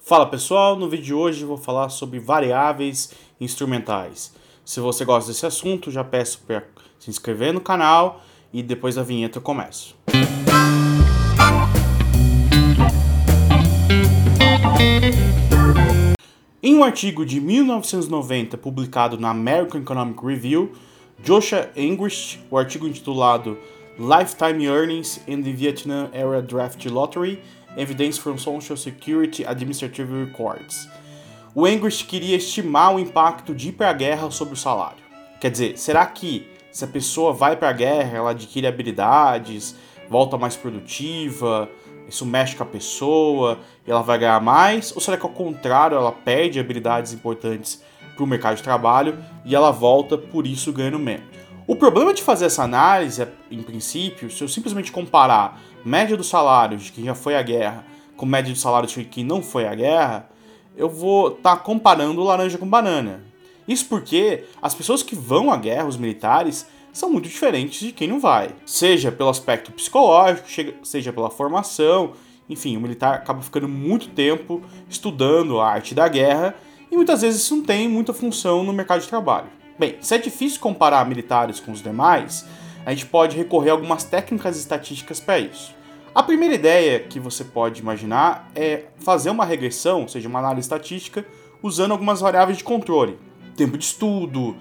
Fala pessoal, no vídeo de hoje eu vou falar sobre variáveis instrumentais. Se você gosta desse assunto, já peço para se inscrever no canal e depois da vinheta eu começo. Em um artigo de 1990 publicado na American Economic Review, Joshua Engrist, o artigo intitulado Lifetime Earnings in the Vietnam Era Draft Lottery, Evidence from Social Security Administrative Records. O Engrist queria estimar o impacto de ir para a guerra sobre o salário. Quer dizer, será que se a pessoa vai para a guerra, ela adquire habilidades, volta mais produtiva, isso mexe com a pessoa e ela vai ganhar mais? Ou será que ao contrário, ela perde habilidades importantes para o mercado de trabalho e ela volta por isso ganhando menos? O problema de fazer essa análise é, em princípio, se eu simplesmente comparar média dos salários de quem já foi à guerra com média de salários de quem não foi à guerra, eu vou estar comparando laranja com banana. Isso porque as pessoas que vão à guerra, os militares, são muito diferentes de quem não vai. Seja pelo aspecto psicológico, seja pela formação, enfim, o militar acaba ficando muito tempo estudando a arte da guerra e muitas vezes isso não tem muita função no mercado de trabalho. Bem, se é difícil comparar militares com os demais, a gente pode recorrer a algumas técnicas estatísticas para isso. A primeira ideia que você pode imaginar é fazer uma regressão, ou seja, uma análise estatística, usando algumas variáveis de controle. Tempo de estudo,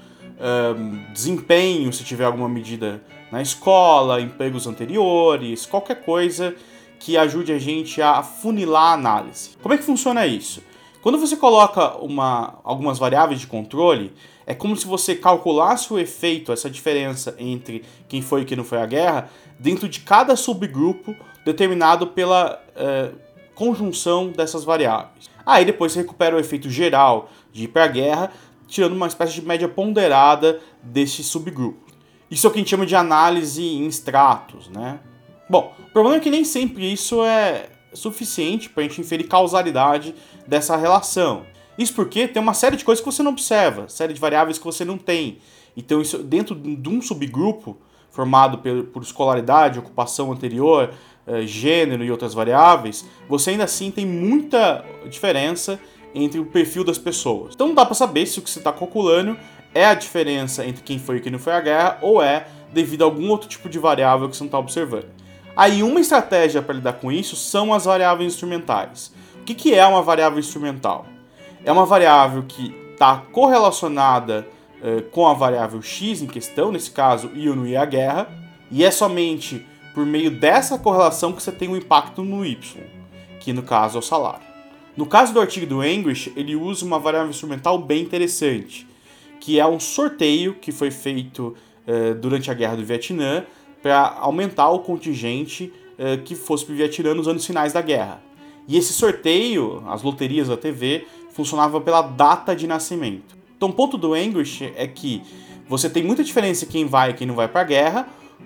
desempenho, se tiver alguma medida na escola, empregos anteriores, qualquer coisa que ajude a gente a afunilar a análise. Como é que funciona isso? Quando você coloca algumas variáveis de controle, é como se você calculasse o efeito, essa diferença entre quem foi e quem não foi à guerra, dentro de cada subgrupo determinado pela conjunção dessas variáveis. Aí depois você recupera o efeito geral de ir para a guerra, tirando uma espécie de média ponderada desses subgrupos. Isso é o que a gente chama de análise em estratos, né? Bom, o problema é que nem sempre isso é suficiente para a gente inferir causalidade dessa relação. Isso porque tem uma série de coisas que você não observa, série de variáveis que você não tem. Então, isso, dentro de um subgrupo formado por escolaridade, ocupação anterior, gênero e outras variáveis, você ainda assim tem muita diferença entre o perfil das pessoas. Então não dá para saber se o que você está calculando é a diferença entre quem foi e quem não foi à guerra ou é devido a algum outro tipo de variável que você não está observando. Aí uma estratégia para lidar com isso são as variáveis instrumentais. O que é uma variável instrumental? É uma variável que está correlacionada com a variável x em questão, nesse caso, eu não ia à guerra, e é somente por meio dessa correlação que você tem um impacto no y, que no caso é o salário. No caso do artigo do Engrist, ele usa uma variável instrumental bem interessante, que é um sorteio que foi feito durante a Guerra do Vietnã para aumentar o contingente que fosse para o Vietnã nos anos finais da guerra. E esse sorteio, as loterias da TV, funcionava pela data de nascimento. Então o ponto do Engrist é que você tem muita diferença em quem vai e quem não vai para a guerra,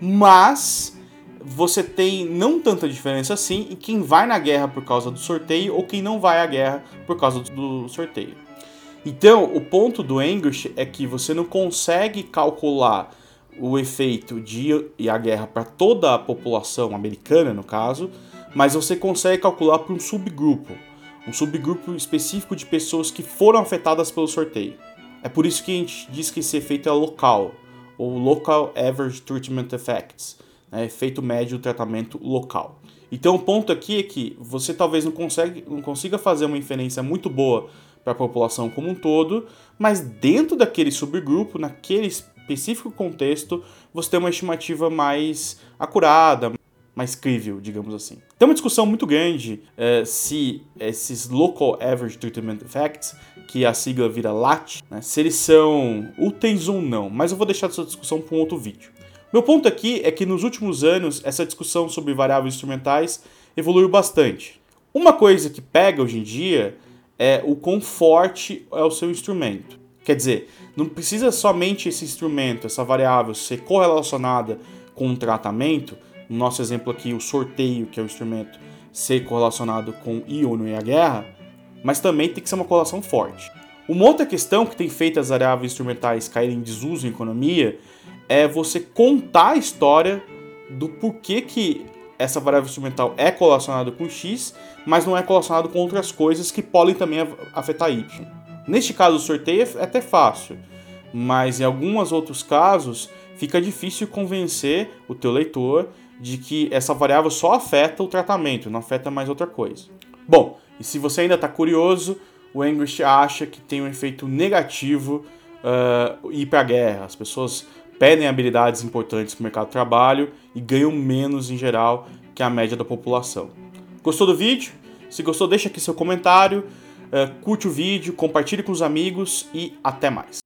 mas você tem não tanta diferença assim em quem vai na guerra por causa do sorteio ou quem não vai à guerra por causa do sorteio. Então o ponto do Engrist é que você não consegue calcular o efeito de ir à guerra para toda a população americana, no caso, mas você consegue calcular para um subgrupo específico de pessoas que foram afetadas pelo sorteio. É por isso que a gente diz que esse efeito é local, ou Local Average Treatment Effects, né? Efeito médio do tratamento local. Então o ponto aqui é que você talvez não consiga fazer uma inferência muito boa para a população como um todo, mas dentro daquele subgrupo, naquele específico contexto, você tem uma estimativa mais acurada, mais crível, digamos assim. Tem uma discussão muito grande se esses Local Average Treatment Effects, que a sigla vira LAT, né, se eles são úteis ou não, mas eu vou deixar essa discussão para um outro vídeo. Meu ponto aqui é que nos últimos anos essa discussão sobre variáveis instrumentais evoluiu bastante. Uma coisa que pega hoje em dia é o quão forte é o seu instrumento. Quer dizer, não precisa somente esse instrumento, essa variável, ser correlacionada com um tratamento. No nosso exemplo aqui, o sorteio, que é o instrumento, ser correlacionado com ir ou não ir à guerra, mas também tem que ser uma correlação forte. Uma outra questão que tem feito as variáveis instrumentais caírem em desuso em economia é você contar a história do porquê que essa variável instrumental é correlacionada com X, mas não é correlacionada com outras coisas que podem também afetar Y. Neste caso, o sorteio é até fácil, mas em alguns outros casos fica difícil convencer o teu leitor de que essa variável só afeta o tratamento, não afeta mais outra coisa. Bom, e se você ainda está curioso, o English acha que tem um efeito negativo ir para a guerra. As pessoas perdem habilidades importantes para o mercado de trabalho e ganham menos em geral que a média da população. Gostou do vídeo? Se gostou, deixa aqui seu comentário, curte o vídeo, compartilhe com os amigos e até mais.